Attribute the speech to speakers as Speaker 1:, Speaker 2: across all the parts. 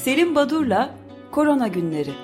Speaker 1: Selim Badur'la Korona Günleri.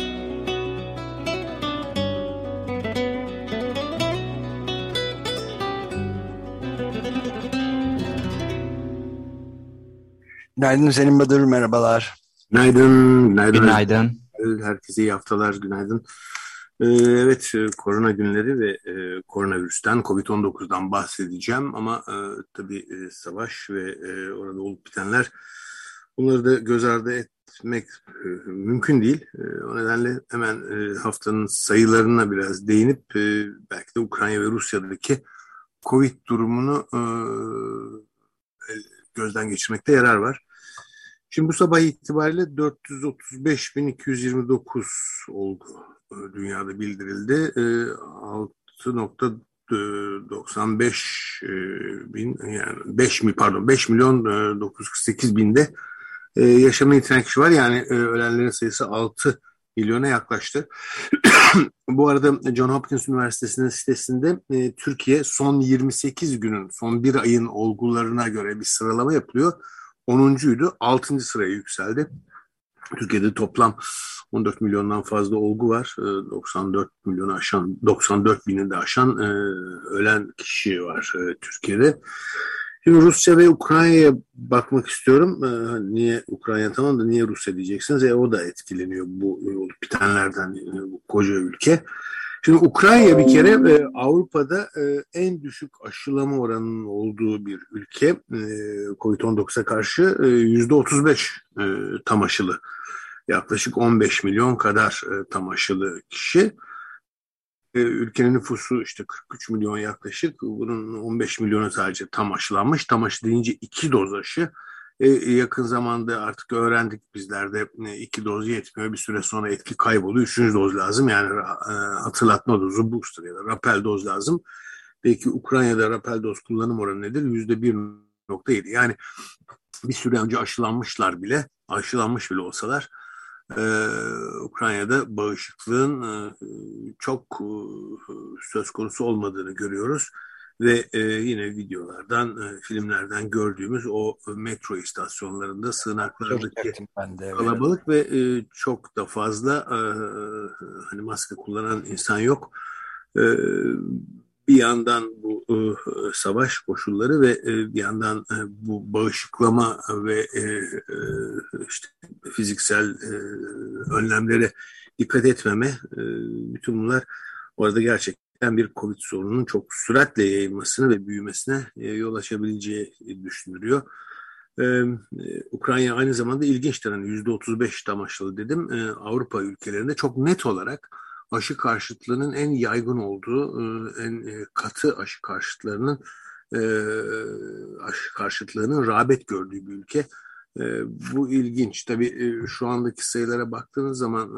Speaker 2: Günaydın Selim Badur, merhabalar.
Speaker 3: Günaydın, günaydın
Speaker 4: Günaydın.
Speaker 3: Özgür. Herkese iyi haftalar, günaydın. Evet, korona günleri ve koronavirüsten, Covid-19'dan bahsedeceğim. Ama tabii savaş ve orada olup bitenler, bunları da göz ardı etmek mümkün değil. O nedenle hemen haftanın sayılarına biraz değinip belki de Ukrayna ve Rusya'daki Covid durumunu gözden geçirmekte yarar var. Şimdi bu sabah itibariyle 435.229 olgu dünyada bildirildi. 6.95 bin, yani 5 milyon 948 binde yaşamını yitiren kişi var. Yani ölenlerin sayısı 6 milyona yaklaştı. Bu arada John Hopkins Üniversitesi'nin sitesinde Türkiye son 28 günün, son bir ayın olgularına göre bir sıralama yapılıyor. 10'uncuydu, 6. sıraya yükseldi. Türkiye'de toplam 14 milyondan fazla olgu var. 94 milyonu aşan, 94 bini de aşan ölen kişi var Türkiye'de. Şimdi Rusya ve Ukrayna'ya bakmak istiyorum. Niye Ukrayna, tamam da niye Rusya diyeceksiniz? O da etkileniyor bu olup bitenlerden, bu koca ülke. Şimdi Ukrayna bir kere Avrupa'da en düşük aşılama oranının olduğu bir ülke. Covid-19'a karşı %35 tam aşılı. Yaklaşık 15 milyon kadar tam aşılı kişi. Ülkenin nüfusu işte 43 milyon yaklaşık. Bunun 15 milyonu sadece tam aşılanmış. Tam aşı deyince 2 doz aşı. Yakın zamanda artık öğrendik bizler de 2 doz yetmiyor. Bir süre sonra etki kayboluyor. 3. doz lazım. Yani hatırlatma dozu, booster ya da rapel doz lazım. Belki Ukrayna'da rapel doz kullanım oranı nedir? %1,7. Yani bir süre önce aşılanmış bile olsalar Ukrayna'da bağışıklığın çok söz konusu olmadığını görüyoruz. Ve yine videolardan, filmlerden gördüğümüz o metro istasyonlarında, sığınaklardaki
Speaker 2: Ben de evet.
Speaker 3: kalabalık ve çok da fazla hani maske kullanan insan yok. E, Bir yandan bu savaş koşulları ve bir yandan bu bağışıklama ve işte fiziksel önlemlere dikkat etmeme, bütün bunlar orada gerçekten bir Covid sorununun çok süratle yayılmasına ve büyümesine yol açabileceği düşünülüyor. Ukrayna aynı zamanda ilginçtir. Hani %35 tam aşılı dedim. Avrupa ülkelerinde çok net olarak aşı karşıtlığının en yaygın olduğu, en katı aşı karşıtlarının aşı karşıtlığının rağbet gördüğü bir ülke. Bu ilginç. Tabii şu andaki sayılara baktığınız zaman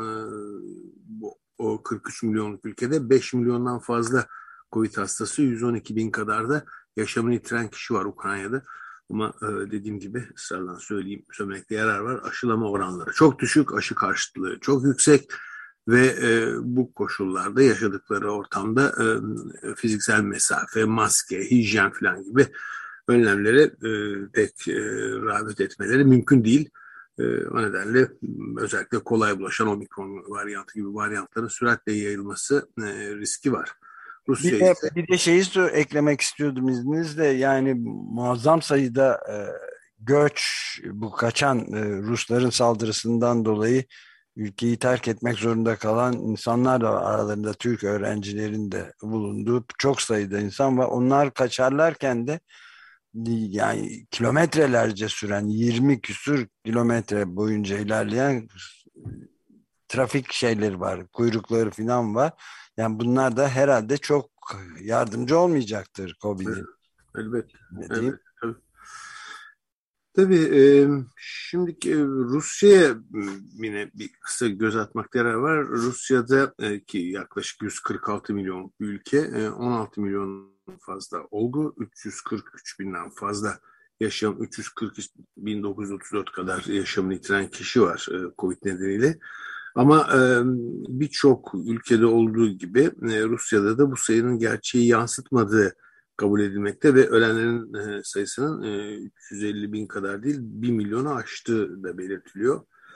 Speaker 3: o 43 milyonluk ülkede 5 milyondan fazla Covid hastası, 112 bin kadar da yaşamını yitiren kişi var Ukrayna'da. Ama dediğim gibi ısrarla söylemekte yarar var. Aşılama oranları çok düşük, aşı karşıtlığı çok yüksek ve bu koşullarda yaşadıkları ortamda fiziksel mesafe, maske, hijyen falan gibi önlemlere pek rağbet etmeleri mümkün değil. O nedenle özellikle kolay bulaşan omikron varyantı gibi varyantların süratle yayılması riski var.
Speaker 2: Bir
Speaker 3: Rusya
Speaker 2: de,
Speaker 3: ise
Speaker 2: bir de şeyi eklemek istiyordum izninizle. Yani muazzam sayıda göç, bu kaçan Rusların saldırısından dolayı ülkeyi terk etmek zorunda kalan insanlar da var. Aralarında Türk öğrencilerin de bulunduğu çok sayıda insan var. Onlar kaçarlarken de yani kilometrelerce süren, 20 küsur kilometre boyunca ilerleyen trafik şeyleri var, kuyrukları falan var. Yani bunlar da herhalde çok yardımcı olmayacaktır COVID'in.
Speaker 3: elbette,
Speaker 2: Ne diyeyim?
Speaker 3: elbette. Tabii şimdiki Rusya'ya yine bir kısa göz atmakta yarar var. Rusya'da ki yaklaşık 146 milyon bir ülke, 16 milyon fazla olgu, 343 binden fazla 340 bin 934 kadar yaşamını yitiren kişi var Covid nedeniyle. Ama birçok ülkede olduğu gibi Rusya'da da bu sayının gerçeği yansıtmadığı kabul edilmekte ve ölenlerin sayısının 350 bin kadar değil 1 milyonu aştığı da belirtiliyor.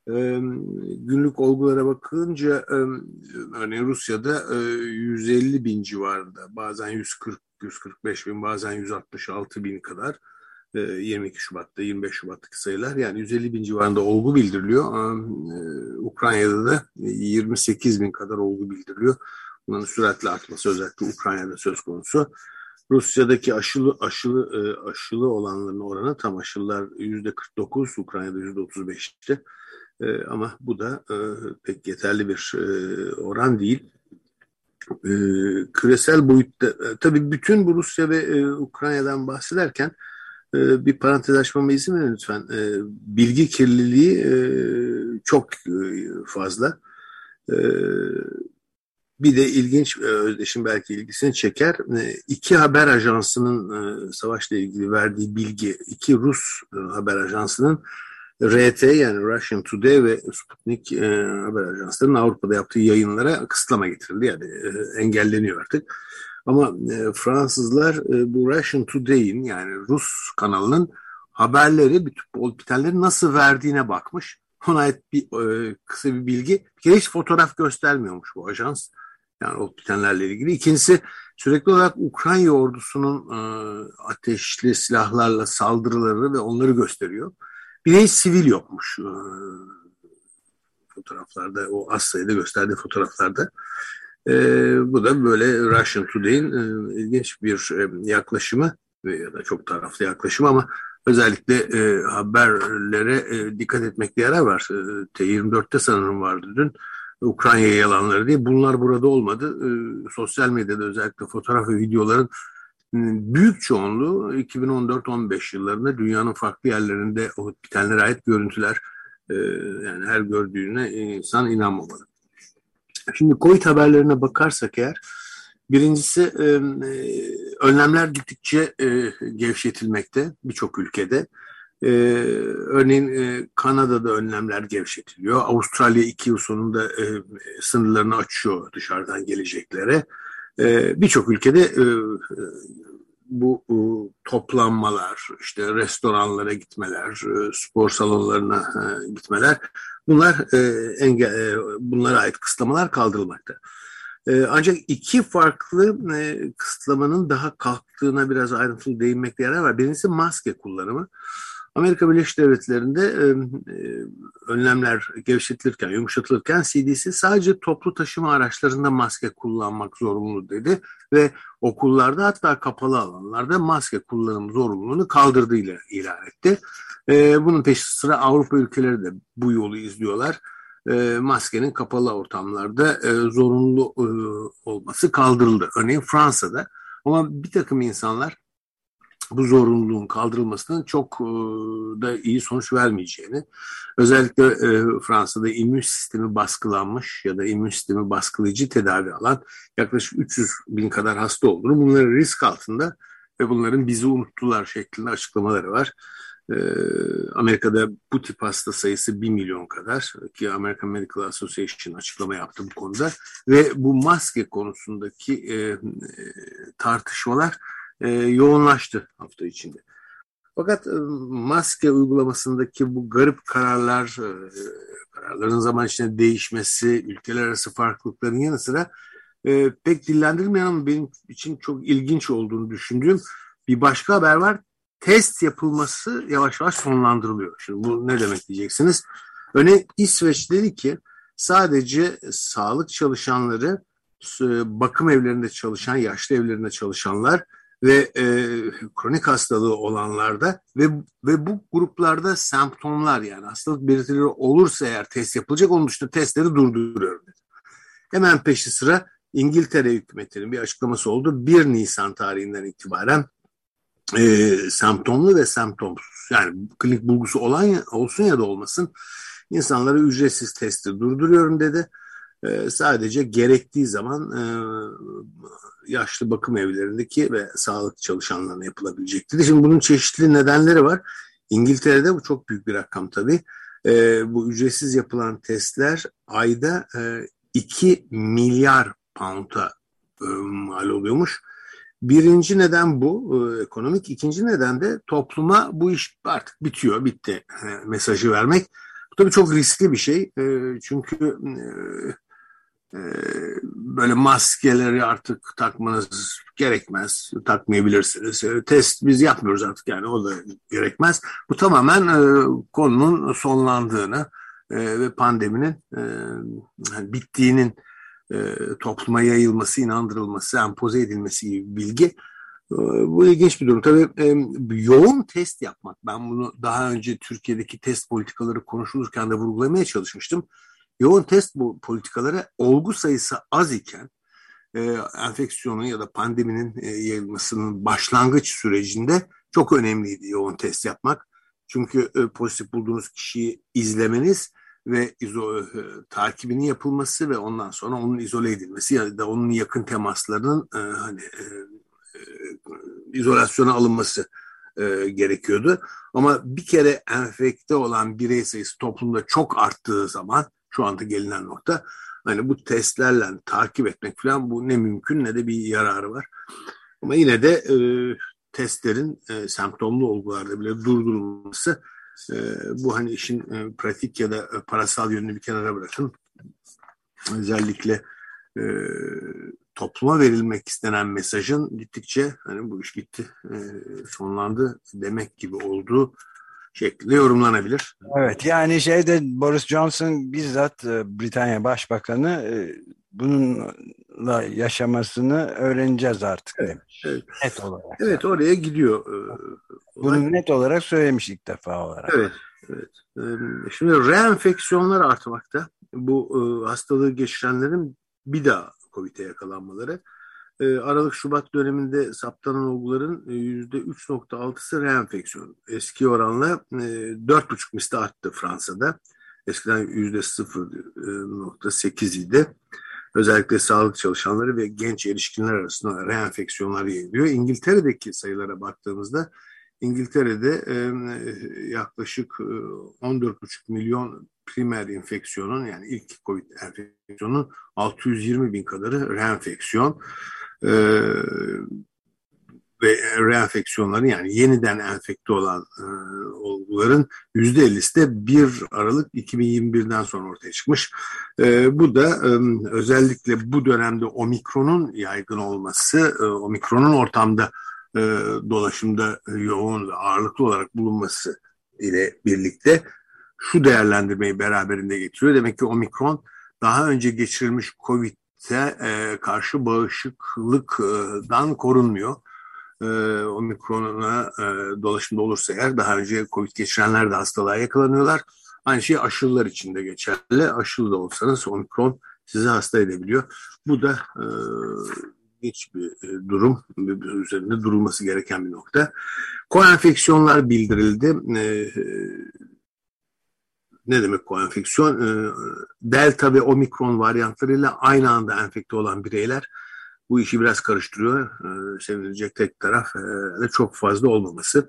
Speaker 3: Günlük olgulara bakınca örneğin Rusya'da 150 bin civarında, bazen 140-145 bin, bazen 166 bin kadar 22 Şubat'ta 25 Şubat'taki sayılar, yani 150 bin civarında olgu bildiriliyor. Ukrayna'da da 28 bin kadar olgu bildiriliyor. Bunların süratle artması özellikle Ukrayna'da söz konusu. Rusya'daki aşılı olanların oranı, tam aşılılar %49, Ukrayna'da %35'ti. Ama bu da pek yeterli bir oran değil. Küresel boyutta tabii bütün bu Rusya ve Ukrayna'dan bahsederken bir parantez açmama izin verin lütfen. Bilgi kirliliği çok fazla. Bir de ilginç, Özdeş'in belki ilgisini çeker. İki haber ajansının savaşla ilgili verdiği bilgi, iki Rus haber ajansının RT, yani Russian Today ve Sputnik haber ajanslarının Avrupa'da yaptığı yayınlara kısıtlama getirildi. Yani engelleniyor artık. Ama Fransızlar bu Russian Today'in, yani Rus kanalının haberleri, bütün olup bitenleri nasıl verdiğine bakmış. Ona ait kısa bir bilgi. Bir kere hiç fotoğraf göstermiyormuş bu ajans, yani olup bitenlerle ilgili. İkincisi, sürekli olarak Ukrayna ordusunun ateşli silahlarla saldırıları ve onları gösteriyor. Bir de hiç sivil yokmuş fotoğraflarda, o az sayıda gösterdiği fotoğraflarda. Bu da böyle Russian Today'in ilginç bir yaklaşımı, ya da çok taraflı yaklaşımı, ama özellikle haberlere dikkat etmekte yarar var. T24'te sanırım vardı dün, Ukrayna'ya yalanları diye. Bunlar burada olmadı. Sosyal medyada özellikle fotoğraf ve videoların büyük çoğunluğu 2014-15 yıllarında dünyanın farklı yerlerinde olup bitenlere ait görüntüler. Yani her gördüğüne insan inanmamalı. Şimdi Covid haberlerine bakarsak eğer, birincisi önlemler gittikçe gevşetilmekte birçok ülkede. Örneğin Kanada'da önlemler gevşetiliyor. Avustralya 2 yıl sonunda sınırlarını açıyor dışarıdan geleceklere. Birçok ülkede bu toplanmalar, işte restoranlara gitmeler, spor salonlarına gitmeler, bunlara ait kısıtlamalar kaldırılmakta. Ancak iki farklı kısıtlamanın daha kalktığına biraz ayrıntılı değinmekte yarar var. Birincisi maske kullanımı. Amerika Birleşik Devletleri'nde önlemler gevşetilirken, yumuşatılırken CDC sadece toplu taşıma araçlarında maske kullanmak zorunlu dedi ve okullarda, hatta kapalı alanlarda maske kullanım zorunluluğunu kaldırdığıyla ilan etti. Bunun peşi sıra Avrupa ülkeleri de bu yolu izliyorlar. Maskenin kapalı ortamlarda zorunlu olması kaldırıldı. Örneğin Fransa'da. Ama bir takım insanlar bu zorunluluğun kaldırılmasının çok da iyi sonuç vermeyeceğini, özellikle Fransa'da immün sistemi baskılanmış ya da immün sistemi baskılayıcı tedavi alan yaklaşık 300 bin kadar hasta olduğunu, bunların risk altında ve bunların bizi unuttular şeklinde açıklamaları var. Amerika'da bu tip hasta sayısı 1 milyon kadar, ki American Medical Association açıklama yaptı bu konuda ve bu maske konusundaki tartışmalar yoğunlaştı hafta içinde. Fakat maske uygulamasındaki bu garip kararların zaman içinde değişmesi, ülkeler arası farklılıkların yanı sıra pek dillendirilmeyen ama benim için çok ilginç olduğunu düşündüğüm bir başka haber var. Test yapılması yavaş yavaş sonlandırılıyor. Şimdi bu ne demek diyeceksiniz? Örneğin İsveç dedi ki sadece sağlık çalışanları, bakım evlerinde çalışan, yaşlı evlerinde çalışanlar ve kronik hastalığı olanlarda ve bu gruplarda semptomlar, yani hastalık belirtileri olursa eğer test yapılacak, onun dışında testleri durduruyor dedi. Hemen peşi sıra İngiltere hükümetinin bir açıklaması oldu. 1 Nisan tarihinden itibaren semptomlu ve semptomsuz, yani klinik bulgusu olan olsun ya da olmasın, insanlara ücretsiz testi durduruyorum dedi. Sadece gerektiği zaman yaşlı bakım evlerindeki ve sağlık çalışanlarına yapılabilecek dedi. Şimdi bunun çeşitli nedenleri var. İngiltere'de bu çok büyük bir rakam tabii. Bu ücretsiz yapılan testler ayda 2 milyar pound'a mal oluyormuş. Birinci neden bu, ekonomik. İkinci neden de topluma bu iş artık bitiyor, bitti mesajı vermek. tabii çok riskli bir şey. Çünkü böyle maskeleri artık takmanız gerekmez. Takmayabilirsiniz. Test biz yapmıyoruz artık, yani o da gerekmez. Bu tamamen konunun sonlandığını ve pandeminin bittiğinin topluma yayılması, inandırılması, empoze edilmesi gibi bir bilgi. Bu ilginç bir durum. Tabii yoğun test yapmak, ben bunu daha önce Türkiye'deki test politikaları konuşulurken de vurgulamaya çalışmıştım. Yoğun test bu politikaları olgu sayısı az iken enfeksiyonun ya da pandeminin yayılmasının başlangıç sürecinde çok önemliydi yoğun test yapmak. Çünkü pozitif bulduğunuz kişiyi izlemeniz ve takibinin yapılması ve ondan sonra onun izole edilmesi ya da onun yakın temaslarının izolasyona alınması gerekiyordu. Ama bir kere enfekte olan birey sayısı toplumda çok arttığı zaman, şu anda gelinen nokta, hani bu testlerle takip etmek falan, bu ne mümkün ne de bir yararı var. Ama yine de testlerin semptomlu olgularda bile durdurulması, bu hani işin pratik ya da parasal yönünü bir kenara bırakın. Özellikle topluma verilmek istenen mesajın gittikçe hani bu iş bitti, sonlandı demek gibi olduğu şeklinde yorumlanabilir.
Speaker 2: Evet, yani Boris Johnson bizzat Britanya Başbakanı bununla yaşamasını öğreneceğiz artık demiş.
Speaker 3: Evet.
Speaker 2: Net olarak.
Speaker 3: Evet, oraya gidiyor.
Speaker 2: Bunu net olarak söylemiş ilk defa olarak.
Speaker 3: Evet. Şimdi reenfeksiyonlar artmakta. Bu hastalığı geçirenlerin bir daha COVID'e yakalanmaları. Aralık-Şubat döneminde saptanan olguların %3,6'sı reenfeksiyon. Eski oranla 4,5 misli arttı Fransa'da. Eskiden %0,8 idi. Özellikle sağlık çalışanları ve genç erişkinler arasında reenfeksiyonlar yayılıyor. İngiltere'deki sayılara baktığımızda, İngiltere'de yaklaşık 14,5 milyon primer enfeksiyonun, yani ilk COVID enfeksiyonun 620 bin kadarı reenfeksiyon. Ve reenfeksiyonların, yani yeniden enfekte olan olguların %50'si de 1 Aralık 2021'den sonra ortaya çıkmış. Bu da özellikle bu dönemde omikronun yaygın olması, omikronun ortamda dolaşımda yoğun ve ağırlıklı olarak bulunması ile birlikte şu değerlendirmeyi beraberinde getiriyor. Demek ki omikron daha önce geçirilmiş COVID'e karşı bağışıklıktan korunmuyor. Omikron'a dolaşımda olursa eğer, daha önce COVID geçirenler de hastalığa yakalanıyorlar. Aynı şey aşılılar için de geçerli. Aşılı da olsanız omikron sizi hasta edebiliyor. Bu da geç bir durum, üzerinde durulması gereken bir nokta. Koenfeksiyonlar bildirildi. Ne demek koenfeksiyon? Delta ve omikron varyantlarıyla aynı anda enfekte olan bireyler bu işi biraz karıştırıyor. Sevinilecek tek taraf çok fazla olmaması.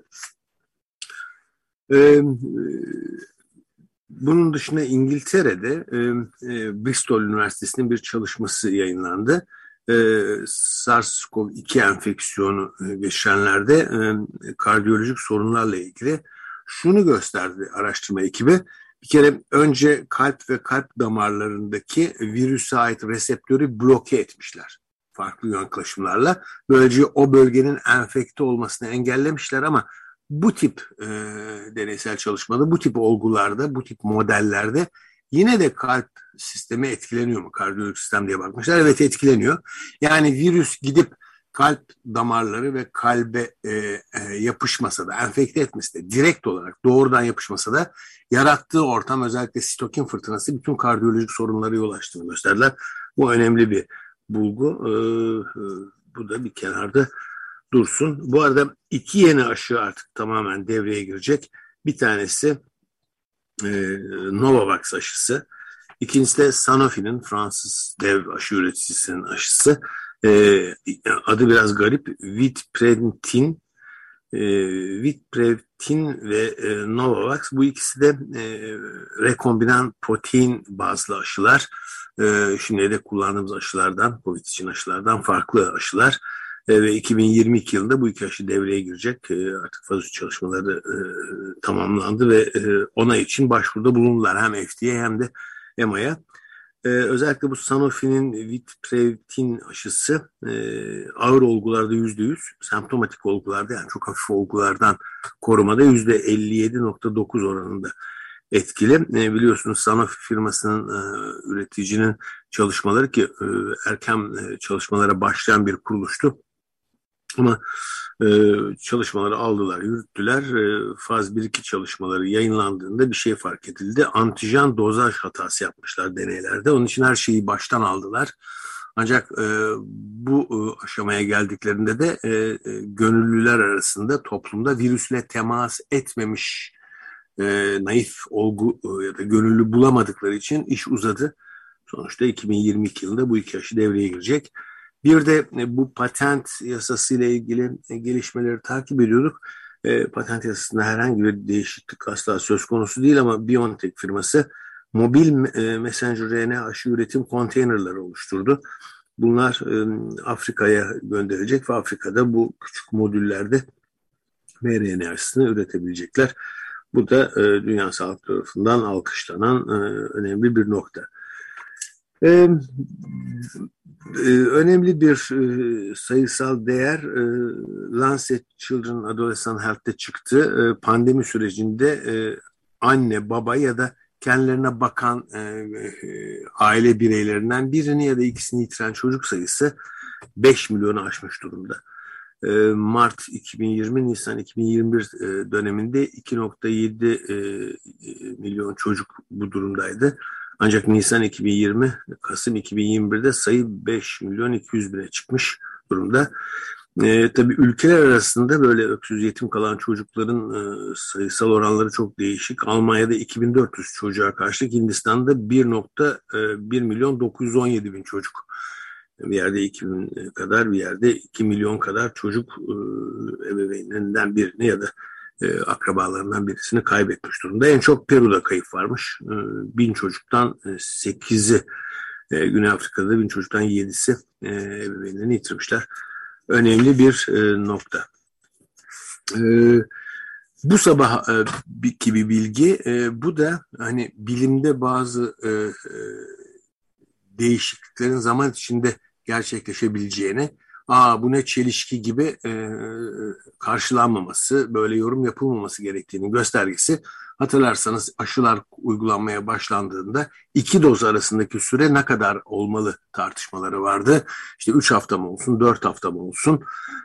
Speaker 3: Bunun dışında İngiltere'de Bristol Üniversitesi'nin bir çalışması yayınlandı. SARS-CoV-2 enfeksiyonu geçirenlerde kardiyolojik sorunlarla ilgili şunu gösterdi araştırma ekibi. Bir kere önce kalp ve kalp damarlarındaki virüse ait reseptörü bloke etmişler farklı yaklaşımlarla. Böylece o bölgenin enfekte olmasını engellemişler, ama bu tip deneysel çalışmada, bu tip olgularda, bu tip modellerde yine de kalp sistemi etkileniyor mu? Kardiyolojik sistem diye bakmışlar. Evet, etkileniyor. Yani virüs gidip kalp damarları ve kalbe yapışmasa da, enfekte etmesi de, direkt olarak doğrudan yapışmasa da yarattığı ortam, özellikle sitokin fırtınası, bütün kardiyolojik sorunlara yol açtığını gösterdiler. Bu önemli bir bulgu. Bu da bir kenarda dursun. Bu arada 2 yeni aşı artık tamamen devreye girecek. Bir tanesi Novavax aşısı. İkincisi de Sanofi'nin, Fransız dev aşı üreticisinin aşısı. Adı biraz garip. Vitprevtin ve Novavax. Bu ikisi de rekombinant protein bazlı aşılar. Şimdi de kullandığımız aşılardan, COVID için aşılardan farklı aşılar. Ve 2022 yılında bu iki aşı devreye girecek. Artık faz 3 çalışmaları tamamlandı ve onay için başvuruda bulundular. Hem FDA'ya hem de EMA'ya. Özellikle bu Sanofi'nin Vitprevtin aşısı ağır olgularda %100, semptomatik olgularda yani çok hafif olgulardan korumada %57.9 oranında etkili. Biliyorsunuz Sanofi firmasının üreticinin çalışmaları ki erken çalışmalara başlayan bir kuruluştu. Ama çalışmaları aldılar, yürüttüler. Faz 1-2 çalışmaları yayınlandığında bir şey fark edildi. Antijen dozaj hatası yapmışlar deneylerde. Onun için her şeyi baştan aldılar. Ancak bu aşamaya geldiklerinde de gönüllüler arasında toplumda virüsle temas etmemiş naif olgu ya da gönüllü bulamadıkları için iş uzadı. Sonuçta 2022 yılında bu iki aşı devreye girecek. Bir de bu patent yasası ile ilgili gelişmeleri takip ediyorduk. Patent yasasında herhangi bir değişiklik asla söz konusu değil ama BioNTech firması mobil messenger RNA aşı üretim konteynerleri oluşturdu. Bunlar Afrika'ya gönderilecek ve Afrika'da bu küçük modüllerde mRNA aşısını üretebilecekler. Bu da Dünya Sağlık tarafından alkışlanan önemli bir nokta. Önemli bir sayısal değer Lancet Children Adolescent Health'te çıktı. Pandemi sürecinde anne, baba ya da kendilerine bakan aile bireylerinden birini ya da ikisini yitiren çocuk sayısı 5 milyonu aşmış durumda. Mart 2020, Nisan 2021 döneminde 2.7 milyon çocuk bu durumdaydı. Ancak Nisan 2020, Kasım 2021'de sayı 5 milyon 200 bine çıkmış durumda. Tabii ülkeler arasında böyle öksüz yetim kalan çocukların sayısal oranları çok değişik. Almanya'da 2400 çocuğa karşılık Hindistan'da 1.1 milyon 917 bin çocuk. Bir yerde 2000 kadar, bir yerde 2 milyon kadar çocuk ebeveynlerinden birini ya da akrabalarından birisini kaybetmiş durumda. En çok Peru'da kayıp varmış. 1000 çocuktan 8'i, Güney Afrika'da 1000 çocuktan 7'si ebeveynlerini yitirmişler. Önemli bir nokta. Bu sabah ki bir bilgi, bu da hani bilimde bazı değişikliklerin zaman içinde gerçekleşebileceğini, bu ne çelişki gibi karşılanmaması, böyle yorum yapılmaması gerektiğini göstergesi. Hatırlarsanız aşılar uygulanmaya başlandığında 2 doz arasındaki süre ne kadar olmalı tartışmaları vardı. İşte 3 hafta mı olsun, 4 hafta mı olsun?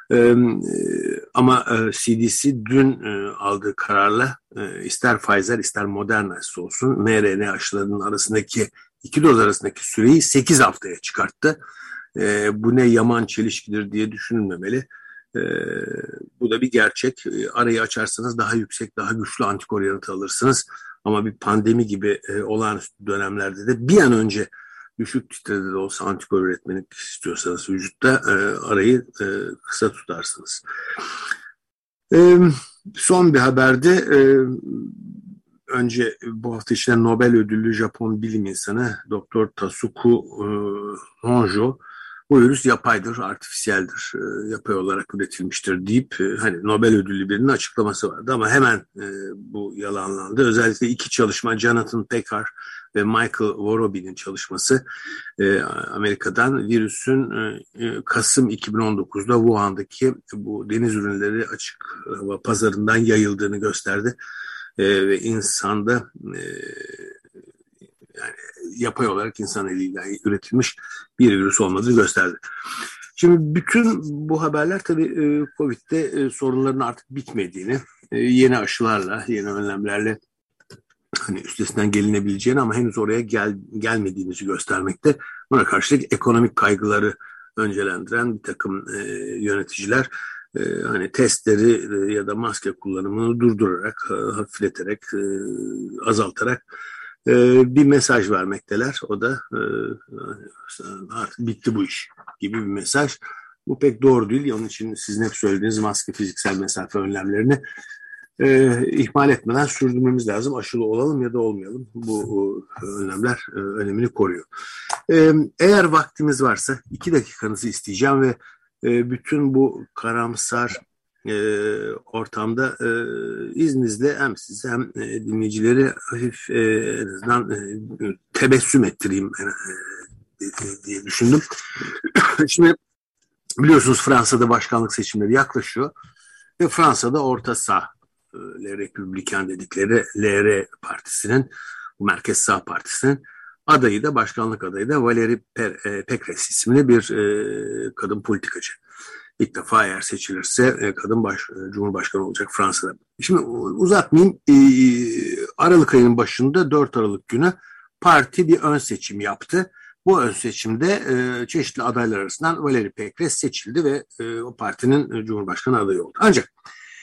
Speaker 3: Ama CDC dün aldığı kararla ister Pfizer ister Moderna olsun mRNA aşılarının arasındaki 2 doz arasındaki süreyi 8 haftaya çıkarttı. Bu ne yaman çelişkidir diye düşünülmemeli. Bu da bir gerçek. Arayı açarsanız daha yüksek, daha güçlü antikor yanıtı alırsınız. Ama bir pandemi gibi olağanüstü dönemlerde de bir an önce düşük titrede de olsa antikor üretmek istiyorsanız vücutta arayı kısa tutarsınız. Son bir haberde önce bu hafta içinde Nobel ödüllü Japon bilim insanı Dr. Tasuku Honjo bu virüs yapaydır, artifisiyeldir, yapay olarak üretilmiştir deyip hani Nobel ödüllü birinin açıklaması vardı ama hemen bu yalanlandı. Özellikle 2 çalışma, Jonathan Pekar ve Michael Worobey'nin çalışması Amerika'dan virüsün Kasım 2019'da Wuhan'daki bu deniz ürünleri açık hava pazarından yayıldığını gösterdi. Ve insanda yani yapay olarak insan eliyle üretilmiş bir virüs olmadığını gösterdi. Şimdi bütün bu haberler tabii Covid'de sorunların artık bitmediğini, yeni aşılarla, yeni önlemlerle hani üstesinden gelinebileceğini ama henüz oraya gelmediğimizi göstermekte. Buna karşılık ekonomik kaygıları öncelendiren bir takım yöneticiler hani testleri ya da maske kullanımını durdurarak, hafifleterek, azaltarak bir mesaj vermekteler. O da artık bitti bu iş gibi bir mesaj. Bu pek doğru değil. Onun için sizin hep söylediğiniz maske, fiziksel mesafe önlemlerini ihmal etmeden sürdürmemiz lazım. Aşılı olalım ya da olmayalım. Bu önlemler önemini koruyor. Eğer vaktimiz varsa 2 dakikanızı isteyeceğim ve bütün bu karamsar ortamda izninizle hem size hem dinleyicileri hafif en azından tebessüm ettireyim diye düşündüm. Şimdi biliyorsunuz Fransa'da başkanlık seçimleri yaklaşıyor ve Fransa'da orta sağ Le Républicain dedikleri LR partisinin, bu Merkez Sağ Partisi'nin adayı da, başkanlık adayı da Valérie Pécresse isimli bir kadın politikacı. İlk defa eğer seçilirse kadın Cumhurbaşkanı olacak Fransa'da. Şimdi uzatmayayım. Aralık ayının başında 4 Aralık günü parti bir ön seçim yaptı. Bu ön seçimde çeşitli adaylar arasından Valérie Pécresse seçildi ve o partinin Cumhurbaşkanı adayı oldu. Ancak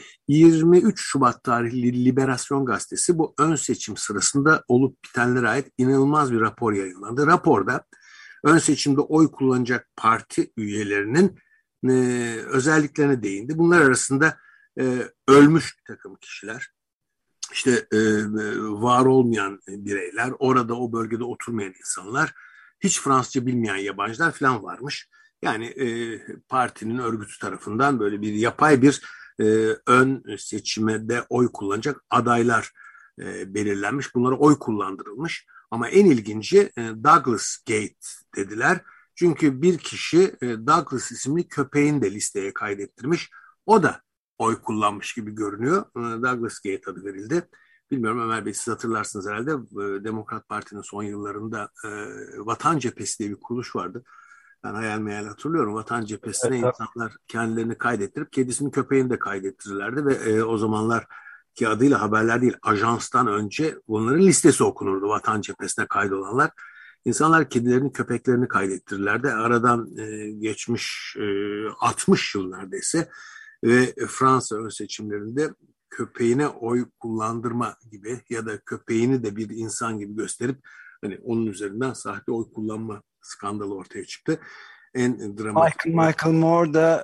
Speaker 3: 23 Şubat tarihli Liberasyon gazetesi bu ön seçim sırasında olup bitenlere ait inanılmaz bir rapor yayınlandı. Raporda ön seçimde oy kullanacak parti üyelerinin özelliklerine değindi. Bunlar arasında ölmüş bir takım kişiler, işte var olmayan bireyler, orada o bölgede oturmayan insanlar, hiç Fransızca bilmeyen yabancılar falan varmış. Yani partinin örgütü tarafından böyle bir yapay bir ön seçimde oy kullanacak adaylar belirlenmiş. Bunlara oy kullandırılmış. Ama en ilginci Douglas Gate dediler. Çünkü bir kişi Douglas isimli köpeğini de listeye kaydettirmiş. O da oy kullanmış gibi görünüyor. Douglas Gate adı verildi. Bilmiyorum, Ömer Bey, siz hatırlarsınız herhalde. Demokrat Parti'nin son yıllarında Vatan Cephesi diye bir kuruluş vardı. Ben hayal meyal hatırlıyorum. Vatan Cephesi'ne insanlar kendilerini kaydettirip kedisini köpeğini de kaydettirirlerdi ve o zamanlar ki adıyla haberler değil, ajanstan önce bunların listesi okunurdu. Vatan Cephesi'ne kaydolanlar. İnsanlar kedilerini, köpeklerini kaydettirirlerdi. Aradan geçmiş 60 yıl neredeyse ve Fransa ön seçimlerinde köpeğine oy kullandırma gibi ya da köpeğini de bir insan gibi gösterip hani onun üzerinden sahte oy kullanma skandalı ortaya çıktı. En dramatik.
Speaker 2: Michael Moore da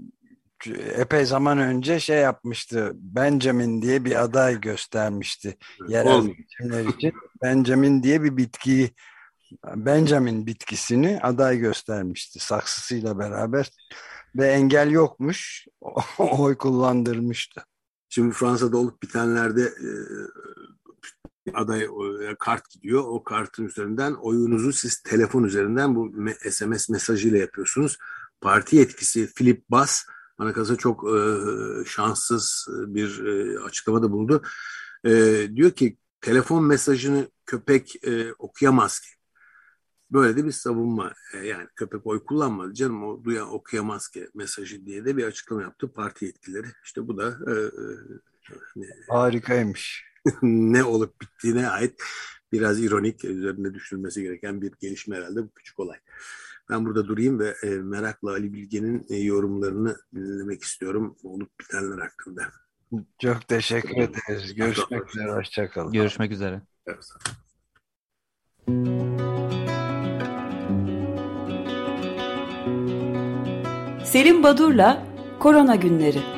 Speaker 2: epey zaman önce şey yapmıştı. Benjamin diye bir aday göstermişti. Evet, yerel seçimler için. Benjamin diye bir bitkiyi, Benjamin bitkisini aday göstermişti saksısıyla beraber ve engel yokmuş. Oy kullandırmıştı.
Speaker 3: Şimdi Fransa'da olup bitenlerde aday kart gidiyor. O kartın üzerinden oyunuzu siz telefon üzerinden bu SMS mesajıyla yapıyorsunuz. Parti yetkisi Philip Bas bana kalırsa çok şanssız bir açıklamada bulundu. Diyor ki telefon mesajını köpek okuyamaz ki. Böyle de bir savunma. Yani köpek oy kullanmadı canım, o duyan okuyamaz ki mesajı diye de bir açıklama yaptı parti yetkilileri. İşte bu da
Speaker 2: harikaymış.
Speaker 3: Ne olup bittiğine ait biraz ironik, üzerinde düşünülmesi gereken bir gelişme herhalde bu küçük olay. Ben burada durayım ve merakla Ali Bilge'nin yorumlarını dinlemek istiyorum olup bitenler hakkında.
Speaker 2: Çok teşekkür ederiz. Görüşmek üzere. Hoşçakalın.
Speaker 4: Görüşmek üzere.
Speaker 3: Evet.
Speaker 1: Selim Badur'la Korona Günleri.